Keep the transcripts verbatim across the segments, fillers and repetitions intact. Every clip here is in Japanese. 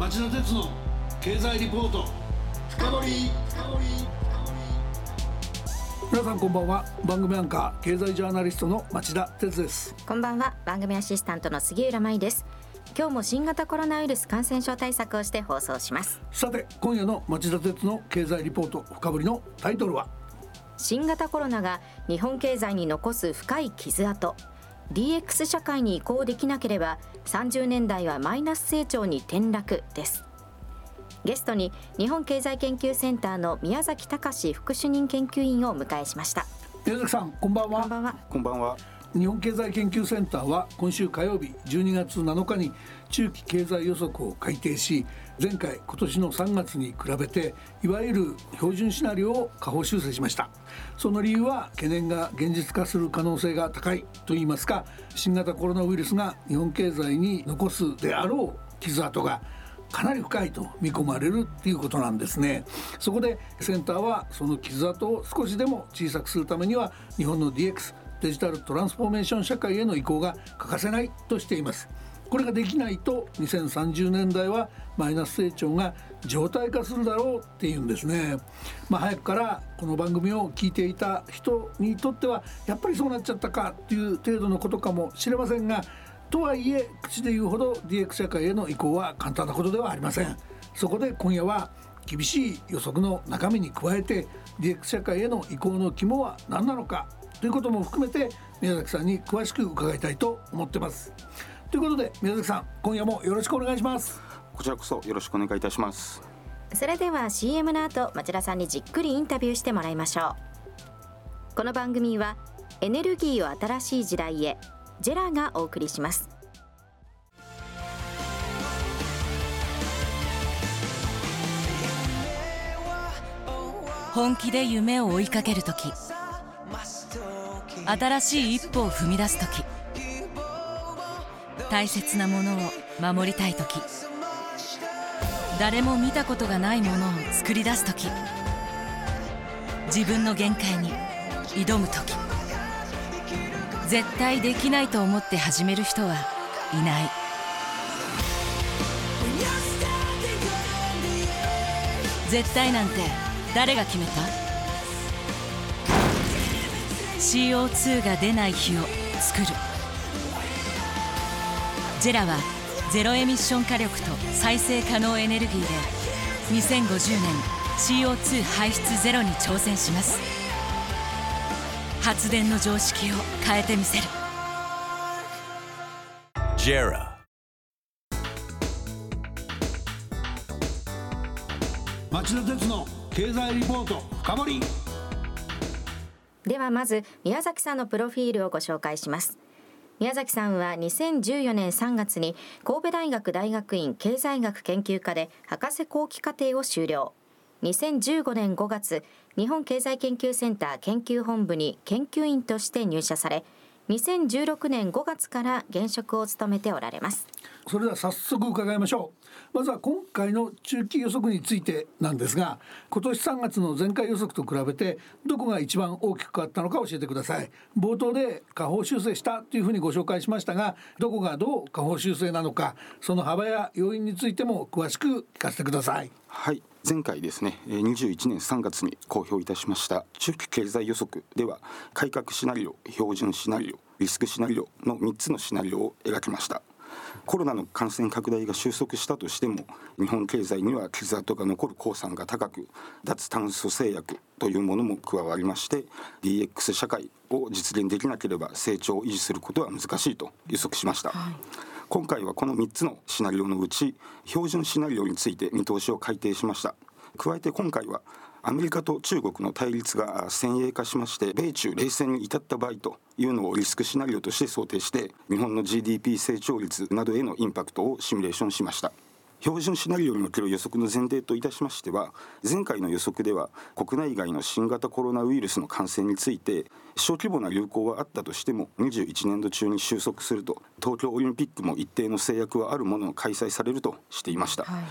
町田鉄の経済リポート深掘り。皆さんこんばんは。番組アンカー経済ジャーナリストの町田鉄です。 こんばんは。番組アシスタントの杉浦舞です。今日も新型コロナウイルス感染症対策をして放送します。 さて今夜の町田鉄の経済リポート深掘りのタイトルは、 新型コロナが日本経済に残す深い傷跡、 ディーエックス 社会に移行できなければさんじゅうねんだいはマイナス成長に転落です。ゲストに日本経済研究センターの宮崎隆副主任研究員をお迎えしました。 宮崎さんこんばんは。 こんばんは。 こんばんは。 日本経済研究センターは今週火曜日じゅうにがつなのかに中期経済予測を改定し、前回今年のさんがつに比べていわゆる標準シナリオを下方修正しました。その理由は懸念が現実化する可能性が高いといいますか、新型コロナウイルスが日本経済に残すであろう傷跡がかなり深いと見込まれるっていうことなんですね。そこでセンターはその傷跡を少しでも小さくするためには日本の ディーエックス デジタルトランスフォーメーション社会への移行が欠かせないとしています。これができないとにせんさんじゅうねんだいはマイナス成長が常態化するだろうっていうんですね。まあ、早くからこの番組を聞いていた人にとってはやっぱりそうなっちゃったかっていう程度のことかもしれませんが、とはいえ口で言うほど ディーエックス 社会への移行は簡単なことではありません。そこで今夜は厳しい予測の中身に加えて ディーエックス 社会への移行の肝は何なのかということも含めて宮崎さんに詳しく伺いたいと思ってます。ということで宮崎さん、今夜もよろしくお願いします。 こちらこそよろしくお願いいたします。 それでは シーエム の後、町田さんにじっくりインタビューしてもらいましょう。この番組はエネルギーを新しい時代へ、ジェラがお送りします。 本気で夢を追いかけるとき、新しい一歩を踏み出すとき、大切なものを守りたいとき、誰も見たことがないものを作り出すとき、自分の限界に挑むとき、絶対できないと思って始める人はいない。絶対なんて誰が決めた？ シーオーツー が出ない日を作る。ジェラはゼロエミッション火力と再生可能エネルギーでにせんごじゅうねん シーオーツー 排出ゼロに挑戦します。発電の常識を変えてみせる。 ジェラ。 町田鉄の経済リポート深掘り。 ではまず宮崎さんのプロフィールをご紹介します。宮崎さんはにせんじゅうよねんさんがつに神戸大学大学院経済学研究科で博士後期課程を修了。にせんじゅうごねんごがつ、日本経済研究センター研究本部に研究員として入社され、にせんじゅうろくねんごがつから現職を務めておられます。 それでは早速伺いましょう。まずは今回の中期予測についてなんですが、今年さんがつの前回予測と比べてどこが一番大きく変わったのか教えてください。冒頭で下方修正したというふうにご紹介しましたが、どこがどう下方修正なのか、その幅や要因についても詳しく聞かせてください。 はい、前回ですね、にじゅういちねんさんがつに公表いたしました中期経済予測では、改革シナリオ、標準シナリオ、リスクシナリオのみっつのシナリオを描きました。コロナの感染拡大が収束したとしても、日本経済には傷跡が残る公算が高く、脱炭素制約というものも加わりまして、 ディーエックス 社会を実現できなければ成長を維持することは難しいと予測しました。はい、今回はこのみっつのシナリオのうち標準シナリオについて見通しを改定しました。加えて今回はアメリカと中国の対立が先鋭化しまして、米中冷戦に至った場合というのをリスクシナリオとして想定して、日本の ジーディーピー 成長率などへのインパクトをシミュレーションしました。標準シナリオにおける予測の前提といたしましては、前回の予測では国内外の新型コロナウイルスの感染について小規模な流行はあったとしてもにじゅういちねんど中に収束すると、東京オリンピックも一定の制約はあるものを開催されるとしていました。はい、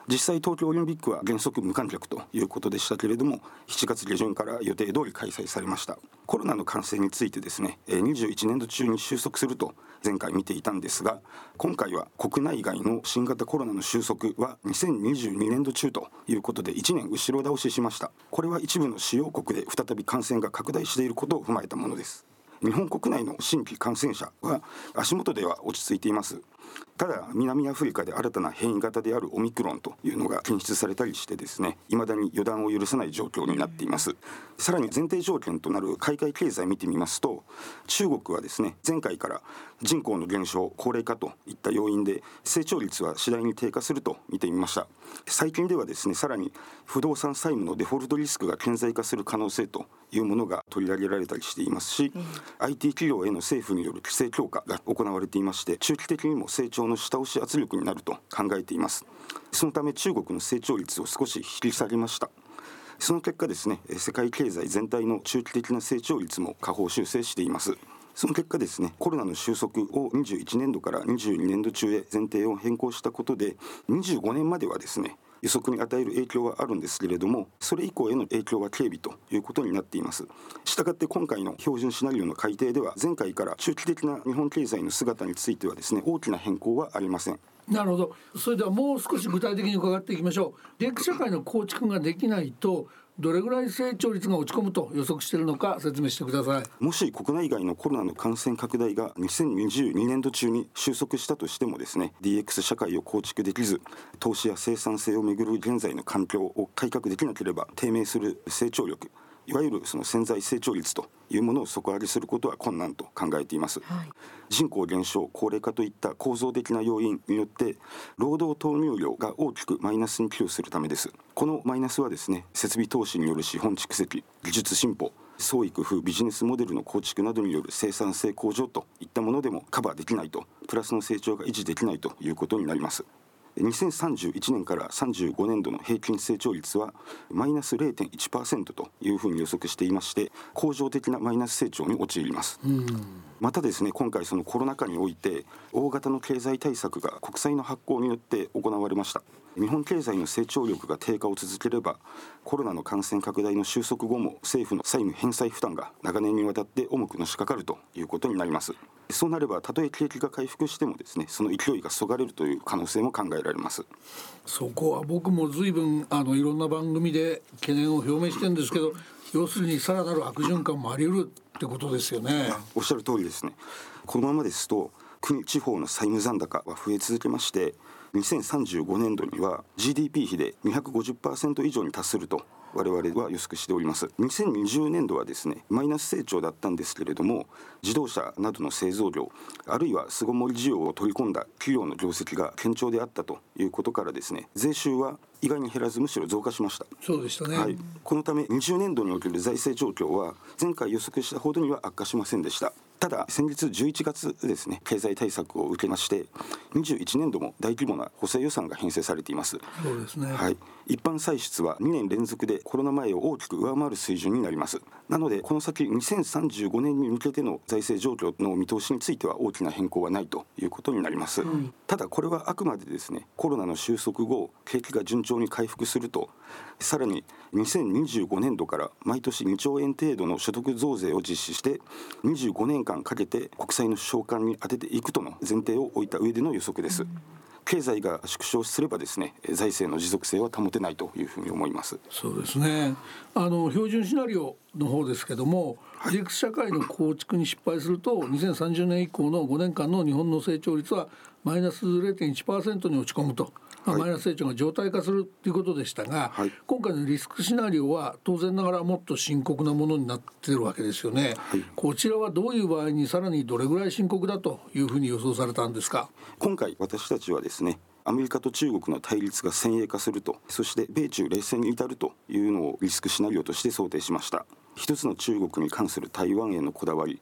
実際東京オリンピックは原則無観客ということでしたけれども、しちがつ下旬から予定通り開催されました。コロナの感染についてですね、にじゅういちねんど中に収束すると前回見ていたんですが、今回は国内外の新型コロナの収束はにせんにじゅうにねんど中ということでいちねん後ろ倒ししました。これは一部の主要国で再び感染が拡大していることを踏まえたものです。日本国内の新規感染者は足元では落ち着いています。ただ南アフリカで新たな変異型であるオミクロンというのが検出されたりしてですね、未だに予断を許さない状況になっています。さらに前提条件となる海外経済を見てみますと、中国はですね、前回から人口の減少、高齢化といった要因で成長率は次第に低下すると見てみました。最近ではですね、さらに不動産債務のデフォルトリスクが顕在化する可能性というものが取り上げられたりしていますし、うん、アイティー 企業への政府による規制強化が行われていまして、中期的にも成長の下押し圧力になると考えています。そのため中国の成長率を少し引き下げました。その結果ですね、世界経済全体の中期的な成長率も下方修正しています。その結果ですね、コロナの収束をにじゅういちねんどからにじゅうにねんど中へ前提を変更したことで、にじゅうごねんまではですね、予測に与える影響はあるんですけれども、それ以降への影響は軽微ということになっています。したがって今回の標準シナリオの改定では、前回から中期的な日本経済の姿についてはですね、大きな変更はありません。 なるほど。それではもう少し具体的に伺っていきましょう。ディーエックス社会の構築ができないとどれぐらい成長率が落ち込むと予測しているのか説明してください。 もし国内外のコロナの感染拡大がにせんにじゅうにねんど中に収束したとしてもですね、 ディーエックス 社会を構築できず、投資や生産性をめぐる現在の環境を改革できなければ低迷する成長力、いわゆるその潜在成長率というものを底上げすることは困難と考えています、はい、人口減少、高齢化といった構造的な要因によって労働投入量が大きくマイナスに寄与するためです。このマイナスはですね、設備投資による資本蓄積、技術進歩、創意工夫、ビジネスモデルの構築などによる生産性向上といったものでもカバーできないと、プラスの成長が維持できないということになります。にせんさんじゅういちねんからさんじゅうごねんどの平均成長率はマイナス れいてんいちパーセント というふうに予測していまして、恒常的なマイナス成長に陥ります。うん、またですね、今回そのコロナ禍において大型の経済対策が国債の発行によって行われました。日本経済の成長力が低下を続ければ、コロナの感染拡大の収束後も政府の債務返済負担が長年にわたって重くのしかかるということになります。そうなれば、たとえ景気が回復してもですね、その勢いがそがれるという可能性も考えられます。 そこは僕も随分あのいろんな番組で懸念を表明してるんですけど、要するにさらなる悪循環もあり得るってことですよね。 おっしゃる通りですね。このままですと国地方の債務残高は増え続けまして、にせんさんじゅうごねんどには ジーディーピー 比で にひゃくごじゅっパーセント 以上に達すると我々は予測しております。にせんにじゅうねんどはですね、マイナス成長だったんですけれども、自動車などの製造業、あるいは巣ごもり需要を取り込んだ企業の業績が堅調であったということからですね、税収は意外に減らずむしろ増加しました。 そうでしたね、 はい、このためにじゅうねんどにおける財政状況は前回予測したほどには悪化しませんでした。ただ先日じゅういちがつですね、経済対策を受けましてにじゅういちねんども大規模な補正予算が編成されています。 そうですね、 はい、一般歳出はにねん連続でコロナ前を大きく上回る水準になります。なのでこの先にせんさんじゅうごねんに向けての財政状況の見通しについては大きな変更はないということになります、うん、ただこれはあくまでですね、コロナの収束後景気が順調に回復すると、さらににせんにじゅうごねんどから毎年にちょうえん程度の所得増税を実施してにじゅうごねんかんかけて国債の償還に充てていくとの前提を置いた上での予測です、うん、経済が縮小すればですね、財政の持続性は保てないというふうに思います。 そうですね。あの標準シナリオの方ですけども、 はい、 ディーエックス 社会の構築に失敗するとにせんさんじゅうねん以降のごねんかんの日本の成長率はマイナス れいてんいちパーセント に落ち込むと、まあ、マイナス成長が常態化するということでしたが、はい、今回のリスクシナリオは当然ながらもっと深刻なものになっているわけですよね、はい、こちらはどういう場合にさらにどれぐらい深刻だというふうに予想されたんですか。 今回私たちはですね、アメリカと中国の対立が先鋭化すると、そして米中冷戦に至るというのをリスクシナリオとして想定しました。一つの中国に関する台湾へのこだわり、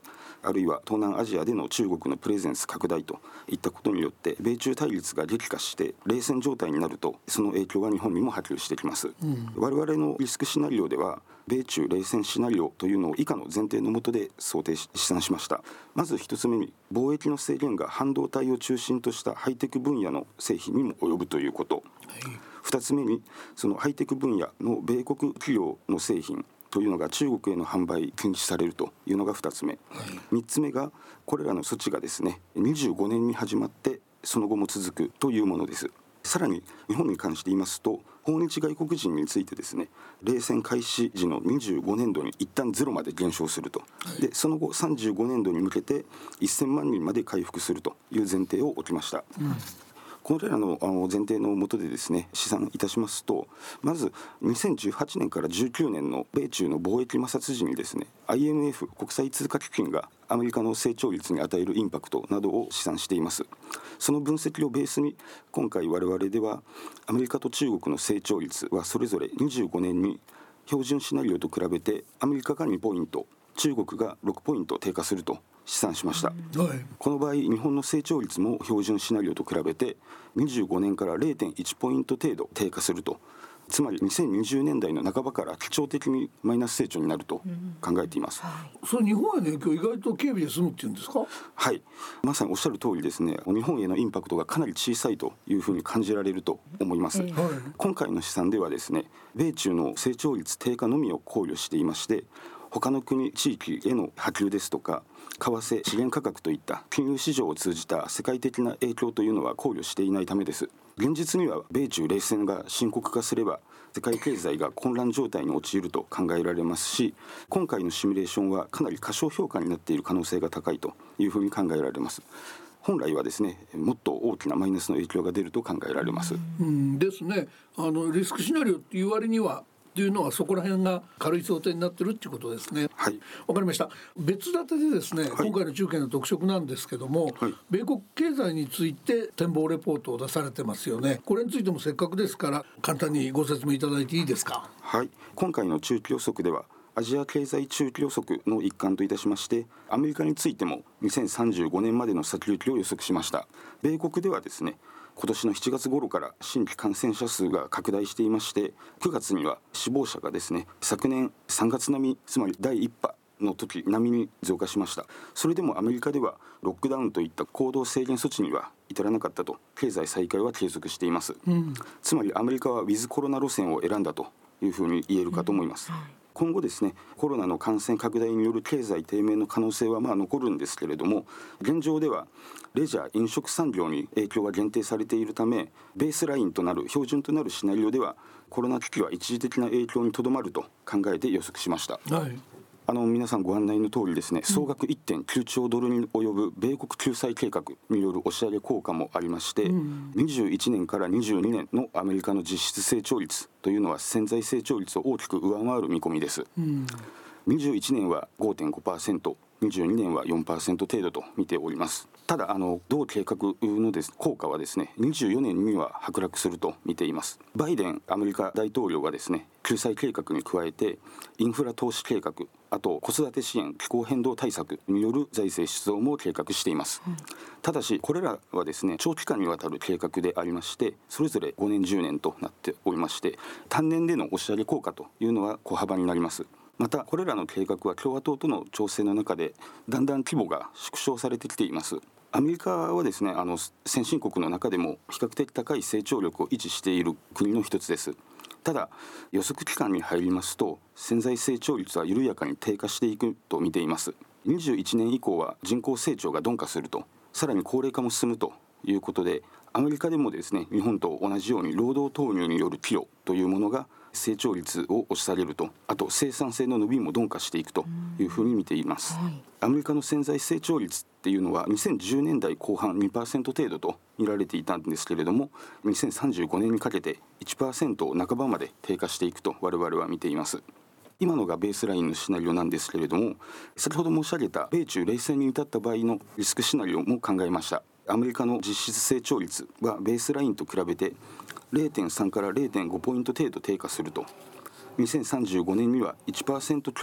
あるいは東南アジアでの中国のプレゼンス拡大といったことによって米中対立が激化して冷戦状態になると、その影響は日本にも波及してきます、うん、我々のリスクシナリオでは米中冷戦シナリオというのを以下の前提の下で想定し試算しました。まず一つ目に、貿易の制限が半導体を中心としたハイテク分野の製品にも及ぶということ、はい、二つ目に、そのハイテク分野の米国企業の製品というのが中国への販売禁止されるというのがふたつめ、はい、みっつめがこれらの措置がですねにじゅうごねんに始まってその後も続くというものです。さらに日本に関して言いますと、訪日外国人についてですね冷戦開始時のにじゅうごねんどに一旦ゼロまで減少すると、はい、でその後さんじゅうごねんどに向けてせんまんにんまで回復するという前提を置きました、うん。これらの前提の下でですね試算いたしますと、まずにせんじゅうはちねんからじゅうきゅうねんの米中の貿易摩擦時にですね アイエムエフ 国際通貨基金がアメリカの成長率に与えるインパクトなどを試算しています。その分析をベースに今回我々ではアメリカと中国の成長率はそれぞれにじゅうごねんに標準シナリオと比べてアメリカがにポイント、中国がろくポイント低下すると試算しました、はい、この場合日本の成長率も標準シナリオと比べてにじゅうごねんから れいてんいちポイント程度低下すると、つまりにせんにじゅうねんだいの半ばから基調的にマイナス成長になると考えています、うんはい、 それ日本への影響意外と軽微で済むっていうんですか？ はい、まさにおっしゃる通りですね、日本へのインパクトがかなり小さいというふうに感じられると思います、えーはい、今回の試算ではですね米中の成長率低下のみを考慮していまして、他の国地域への波及ですとか為替資源価格といった金融市場を通じた世界的な影響というのは考慮していないためです。現実には米中冷戦が深刻化すれば世界経済が混乱状態に陥ると考えられますし、今回のシミュレーションはかなり過小評価になっている可能性が高いというふうに考えられます。本来はですねもっと大きなマイナスの影響が出ると考えられます。 うんですね。あのリスクシナリオっていう割にはというのはそこら辺が軽い想定になってるっていうことですね。はい、わかりました。別立てでですね、はい、今回の中継の特色なんですけども、はい、米国経済について展望レポートを出されてますよね。これについてもせっかくですから簡単にご説明いただいていいですか？ はい、今回の中期予測ではアジア経済中期予測の一環といたしましてアメリカについてもにせんさんじゅうごねんまでの先行きを予測しました。米国ではですね今年のしちがつ頃から新規感染者数が拡大していまして、くがつには死亡者がですね昨年さんがつ並み、つまりだいいっ波の時並みに増加しました。それでもアメリカではロックダウンといった行動制限措置には至らなかったと、経済再開は継続しています、うん、つまりアメリカはウィズコロナ路線を選んだというふうに言えるかと思います、うんはい。今後ですねコロナの感染拡大による経済低迷の可能性はまあ残るんですけれども、現状ではレジャー飲食産業に影響が限定されているため、ベースラインとなる標準となるシナリオではコロナ危機は一時的な影響にとどまると考えて予測しました、はい。あの皆さんご案内の通りですね、総額 いってんきゅうちょうドルに及ぶ米国救済計画による押し上げ効果もありまして、うん、にじゅういちねんからにじゅうにねんのアメリカの実質成長率というのは潜在成長率を大きく上回る見込みです、うん、にじゅういちねんは ごてんごパーセント、にじゅうにねんは よんパーセント 程度と見ております。ただあの同計画のです効果はですねにじゅうよねんには剥落すると見ています。バイデンアメリカ大統領はですね救済計画に加えてインフラ投資計画、あと子育て支援、気候変動対策による財政出動も計画しています、うん、ただしこれらはですね長期間にわたる計画でありまして、それぞれごねんじゅうねんとなっておりまして、単年での押し上げ効果というのは小幅になります。またこれらの計画は共和党との調整の中でだんだん規模が縮小されてきています。アメリカはですねあの先進国の中でも比較的高い成長力を維持している国の一つです。ただ予測期間に入りますと潜在成長率は緩やかに低下していくと見ています。にじゅういちねん以降は人口成長が鈍化すると、さらに高齢化も進むということで、アメリカでもですね日本と同じように労働投入による寄与というものが成長率を押し下げると、あと生産性の伸びも鈍化していくというふうに見ています、はい。アメリカの潜在成長率っていうのはにせんじゅうねんだいこう半 にパーセント 程度と見られていたんですけれども、にせんさんじゅうごねんにかけて いちパーセント を半ばまで低下していくと我々は見ています。今のがベースラインのシナリオなんですけれども、先ほど申し上げた米中冷戦に至った場合のリスクシナリオも考えました。アメリカの実質成長率はベースラインと比べて れいてんさん から れいてんご ポイント程度低下すると、にせんさんじゅうごねんには いちパーセント 強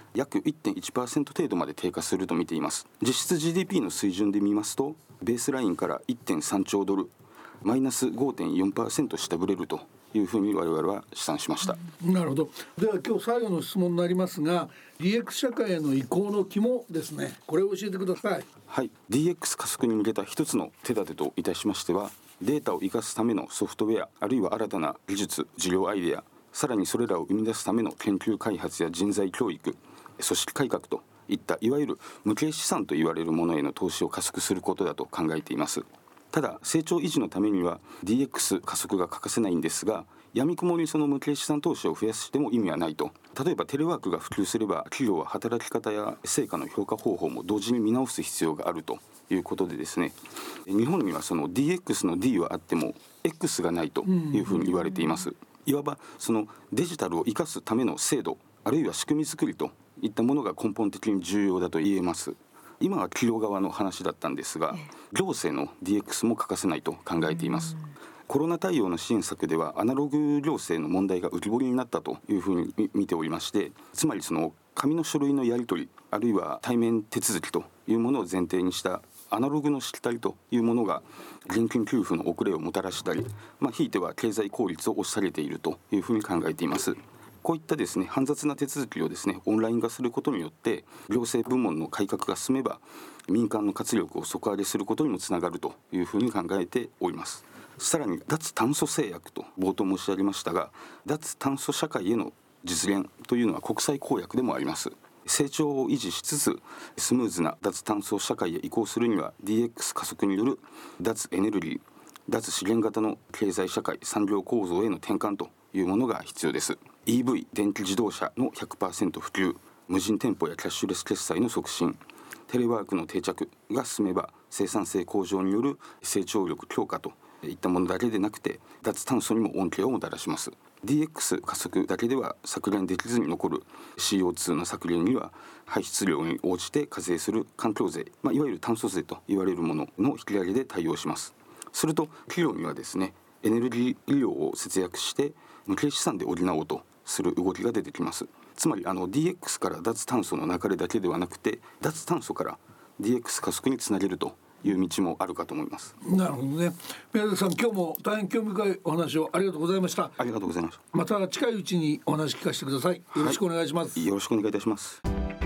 約 いってんいちパーセント 程度まで低下すると見ています。実質 ジーディーピー の水準で見ますと、ベースラインから いってんさんちょうドル、マイナス ごてんよんパーセント 下振れるというふうに我々は試算しました。 なるほど。では今日最後の質問になりますが、 ディーエックス 社会への移行の肝ですね、これを教えてください。 はい、ディーエックス 加速に向けた一つの手立てといたしましては、データを生かすためのソフトウェア、あるいは新たな技術、事業アイデア、さらにそれらを生み出すための研究開発や人材教育、組織改革といったいわゆる無形資産といわれるものへの投資を加速することだと考えています。ただ成長維持のためには ディーエックス 加速が欠かせないんですが、闇雲にその無形資産投資を増やしても意味はないと。例えばテレワークが普及すれば、企業は働き方や成果の評価方法も同時に見直す必要があるということでですね、日本にはその ディーエックス の D はあっても X がないというふうに言われています。いわばそのデジタルを生かすための制度、あるいは仕組み作りといったものが根本的に重要だと言えます。今は企業側の話だったんですが、行政の ディーエックス も欠かせないと考えています。コロナ対応の支援策ではアナログ行政の問題が浮き彫りになったというふうに見ておりまして、つまりその紙の書類のやり取り、あるいは対面手続きというものを前提にしたアナログのしきたりというものが現金給付の遅れをもたらしたり、まあ、ひいては経済効率を押し下げているというふうに考えています。こういったですね、煩雑な手続きをですね、オンライン化することによって行政部門の改革が進めば民間の活力を底上げすることにもつながるというふうに考えております。さらに脱炭素制約と冒頭申し上げましたが、脱炭素社会への実現というのは国際公約でもあります。成長を維持しつつスムーズな脱炭素社会へ移行するには ディーエックス 加速による脱エネルギー、脱資源型の経済社会産業構造への転換というものが必要です。 イーブイ 電気自動車の ひゃくパーセント 普及、無人店舗やキャッシュレス決済の促進、テレワークの定着が進めば生産性向上による成長力強化といったものだけでなくて、脱炭素にも恩恵をもたらします。 ディーエックス 加速だけでは削減できずに残る シーオーツー の削減には排出量に応じて課税する環境税、まあ、いわゆる炭素税と言われるものの引き上げで対応します。すると企業にはですね、エネルギー量を節約して無形資産で補おうとする動きが出てきます。つまりあの ディーエックス から脱炭素の流れだけではなくて、脱炭素から ディーエックス 加速につなげるという道もあるかと思います。 なるほどね。宮崎さん、今日も大変興味深いお話をありがとうございました。 ありがとうございました。 また近いうちにお話聞かせてください。よろしくお願いします。 はい、よろしくお願いいたします。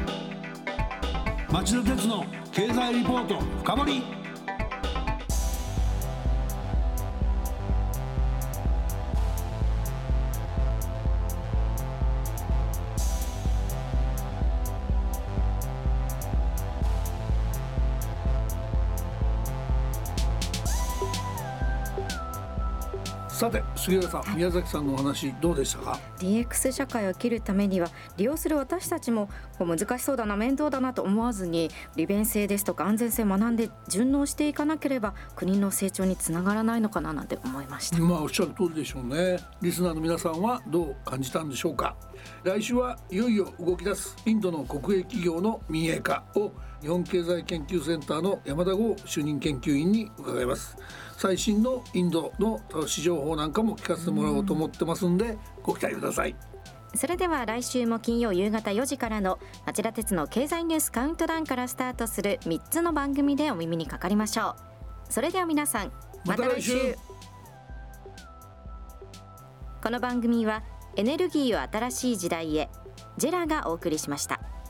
町田鉄の経済リポート深掘り。さて杉浦さん、宮崎さんのお話どうでしたか？ ディーエックス 社会を切るためには利用する私たちもこう難しそうだな、面倒だなと思わずに利便性ですとか安全性を学んで順応していかなければ国の成長につながらないのかななんて思いました。 まあおっしゃる通りでしょうね。リスナーの皆さんはどう感じたんでしょうか？来週はいよいよ動き出すインドの国営企業の民営化を日本経済研究センターの山田剛主任研究員に伺います。最新のインドの投資情報なんかも聞かせてもらおうと思ってますんでご期待ください。 それでは来週も金曜夕方よじからの町田鉄の経済ニュースカウントダウンからスタートするみっつの番組でお耳にかかりましょう。それでは皆さんまた来週。この番組はエネルギーを新しい時代へジェラがお送りしました。